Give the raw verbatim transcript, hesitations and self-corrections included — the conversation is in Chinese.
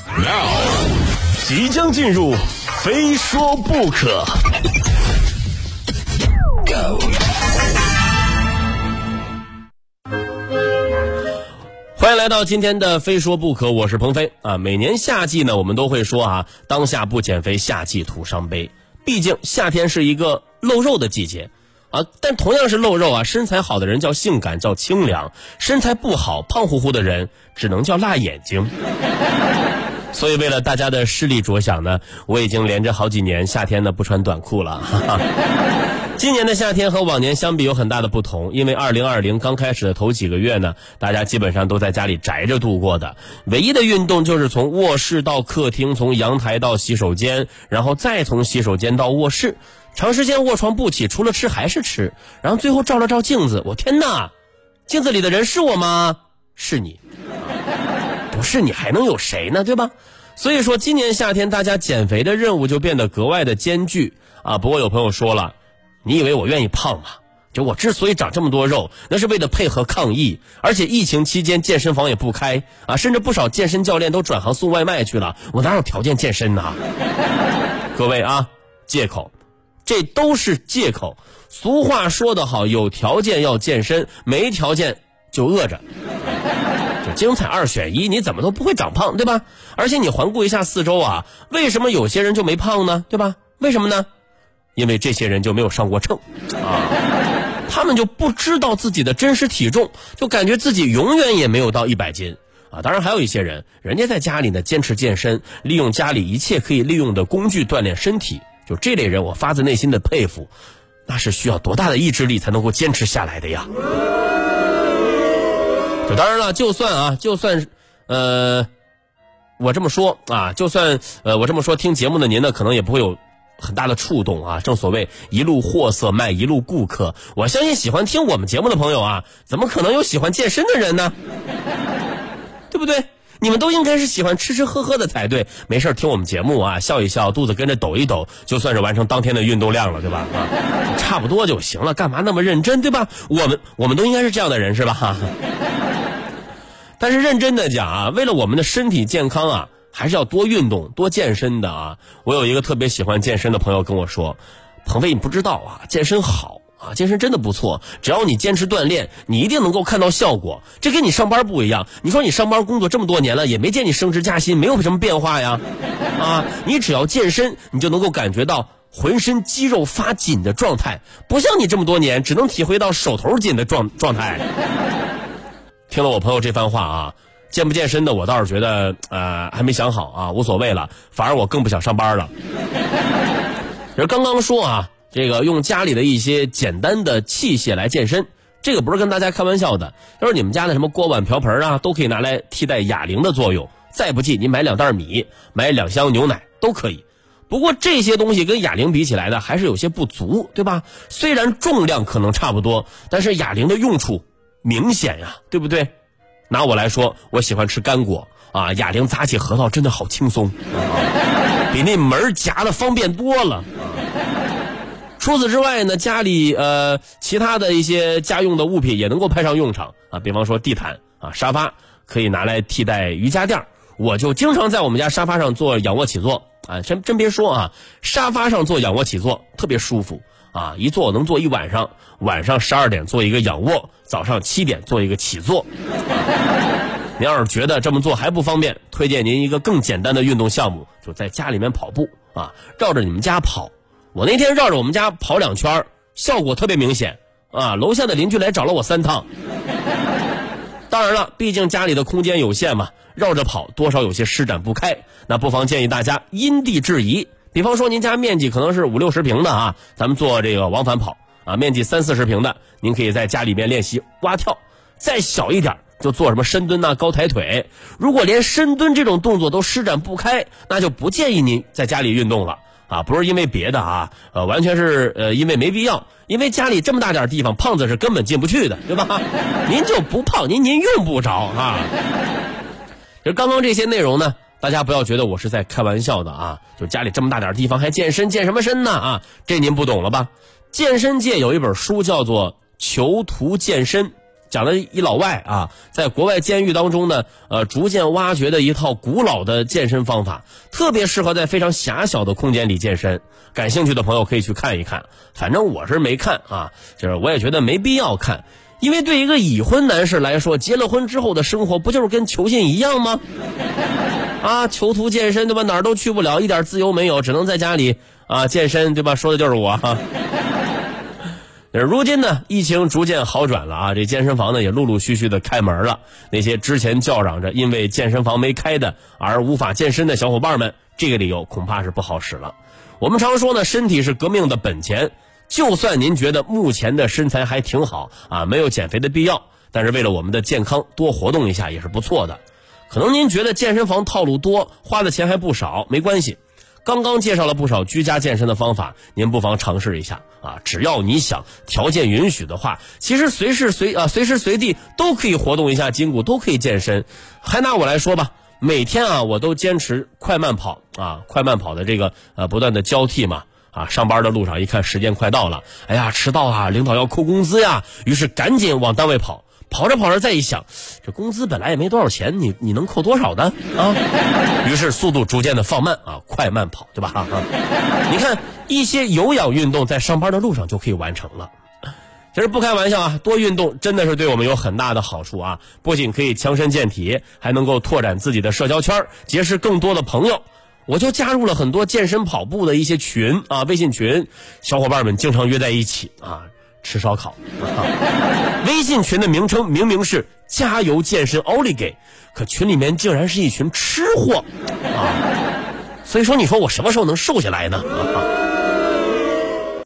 Now， 即将进入，非说不可。Go。欢迎来到今天的非说不可，我是鹏飞啊。每年夏季呢，我们都会说啊，当下不减肥，夏季徒伤悲。毕竟夏天是一个露肉的季节啊，但同样是露肉啊，身材好的人叫性感，叫清凉；身材不好、胖乎乎的人只能叫辣眼睛。所以为了大家的视力着想呢，我已经连着好几年夏天呢不穿短裤了。哈哈。今年的夏天和往年相比有很大的不同，因为二零二零刚开始的头几个月呢，大家基本上都在家里宅着度过的，唯一的运动就是从卧室到客厅，从阳台到洗手间，然后再从洗手间到卧室，长时间卧床不起，除了吃还是吃，然后最后照了照镜子，我天哪，镜子里的人是我吗？是你，不是你还能有谁呢，对吧？所以说今年夏天大家减肥的任务就变得格外的艰巨啊。不过有朋友说了，你以为我愿意胖吗？就我之所以长这么多肉，那是为了配合抗疫，而且疫情期间健身房也不开啊，甚至不少健身教练都转行送外卖去了，我哪有条件健身呢？各位啊，借口，这都是借口。俗话说得好，有条件要健身，没条件就饿着。就精彩二选一，你怎么都不会长胖，对吧？而且你环顾一下四周啊，为什么有些人就没胖呢？对吧？为什么呢？因为这些人就没有上过秤啊，他们就不知道自己的真实体重，就感觉自己永远也没有到一百斤啊。当然还有一些人，人家在家里呢坚持健身，利用家里一切可以利用的工具锻炼身体，就这类人我发自内心的佩服，那是需要多大的意志力才能够坚持下来的呀。就当然了，就算啊就算呃我这么说啊，就算呃我这么说，听节目的您呢可能也不会有很大的触动啊，正所谓一路货色卖一路顾客，我相信喜欢听我们节目的朋友啊，怎么可能有喜欢健身的人呢？对不对？你们都应该是喜欢吃吃喝喝的才对，没事听我们节目啊，笑一笑，肚子跟着抖一抖，就算是完成当天的运动量了，对吧？啊，差不多就行了，干嘛那么认真，对吧？我们我们都应该是这样的人，是吧？但是认真的讲啊，为了我们的身体健康啊，还是要多运动多健身的啊。我有一个特别喜欢健身的朋友跟我说，鹏飞你不知道啊，健身好啊，健身真的不错，只要你坚持锻炼，你一定能够看到效果，这跟你上班不一样。你说你上班工作这么多年了，也没见你升职加薪，没有什么变化呀啊，你只要健身，你就能够感觉到浑身肌肉发紧的状态，不像你这么多年只能体会到手头紧的状状态。听了我朋友这番话啊，健不健身的我倒是觉得呃还没想好啊，无所谓了，反而我更不想上班了。而刚刚说啊，这个用家里的一些简单的器械来健身，这个不是跟大家开玩笑的，就是你们家的什么锅碗瓢盆啊，都可以拿来替代哑铃的作用。再不济你买两袋米，买两箱牛奶都可以。不过这些东西跟哑铃比起来的还是有些不足，对吧？虽然重量可能差不多，但是哑铃的用处明显呀，对不对？拿我来说，我喜欢吃干果啊，哑铃砸起核桃真的好轻松，啊、比那门夹的方便多了。除此之外呢，家里呃其他的一些家用的物品也能够派上用场啊，比方说地毯啊、沙发可以拿来替代瑜伽垫，我就经常在我们家沙发上做仰卧起坐啊，真真别说啊，沙发上做仰卧起坐特别舒服啊，一坐能坐一晚上，晚上十二点做一个仰卧，早上七点做一个起坐。您要是觉得这么做还不方便，推荐您一个更简单的运动项目，就在家里面跑步啊，绕着你们家跑。我那天绕着我们家跑两圈，效果特别明显啊！楼下的邻居来找了我三趟。当然了，毕竟家里的空间有限嘛，绕着跑多少有些施展不开，那不妨建议大家因地制宜。比方说您家面积可能是五六十平的啊，咱们做这个往返跑啊，面积三四十平的，您可以在家里面练习蛙跳。再小一点就做什么深蹲啊、高抬腿。如果连深蹲这种动作都施展不开，那就不建议您在家里运动了啊！不是因为别的啊，呃，完全是呃因为没必要，因为家里这么大点地方，胖子是根本进不去的，对吧？您就不胖，您您用不着啊。就刚刚这些内容呢，大家不要觉得我是在开玩笑的啊！就家里这么大点地方还健身，健什么身呢啊？这您不懂了吧？健身界有一本书叫做《囚徒健身》， 讲的一老外啊，在国外监狱当中呢，呃，逐渐挖掘的一套古老的健身方法，特别适合在非常狭小的空间里健身。感兴趣的朋友可以去看一看，反正我是没看啊，就是我也觉得没必要看，因为对一个已婚男士来说，结了婚之后的生活不就是跟囚禁一样吗？啊，囚徒健身对吧？哪儿都去不了，一点自由没有，只能在家里啊健身对吧？说的就是我哈。如今呢，疫情逐渐好转了啊，这健身房呢也陆陆续续的开门了。那些之前叫嚷着因为健身房没开的而无法健身的小伙伴们，这个理由恐怕是不好使了。我们常说呢，身体是革命的本钱，就算您觉得目前的身材还挺好啊，没有减肥的必要，但是为了我们的健康多活动一下也是不错的。可能您觉得健身房套路多，花的钱还不少，没关系，刚刚介绍了不少居家健身的方法，您不妨尝试一下啊！只要你想，条件允许的话，其实随时随啊随时随地都可以活动一下筋骨，都可以健身。还拿我来说吧，每天啊我都坚持快慢跑啊，快慢跑的这个呃不断的交替嘛啊，上班的路上一看时间快到了，哎呀迟到啊，领导要扣工资呀，于是赶紧往单位跑。跑着跑着再一想，这工资本来也没多少钱，你你能扣多少呢啊？于是速度逐渐的放慢啊，快慢跑，对吧？啊，你看一些有氧运动在上班的路上就可以完成了。其实不开玩笑啊，多运动真的是对我们有很大的好处啊！不仅可以强身健体，还能够拓展自己的社交圈，结识更多的朋友。我就加入了很多健身跑步的一些群啊，微信群，小伙伴们经常约在一起啊。吃烧烤、啊、微信群的名称明明是加油健身奥利给，可群里面竟然是一群吃货啊！所以说你说我什么时候能瘦下来呢？啊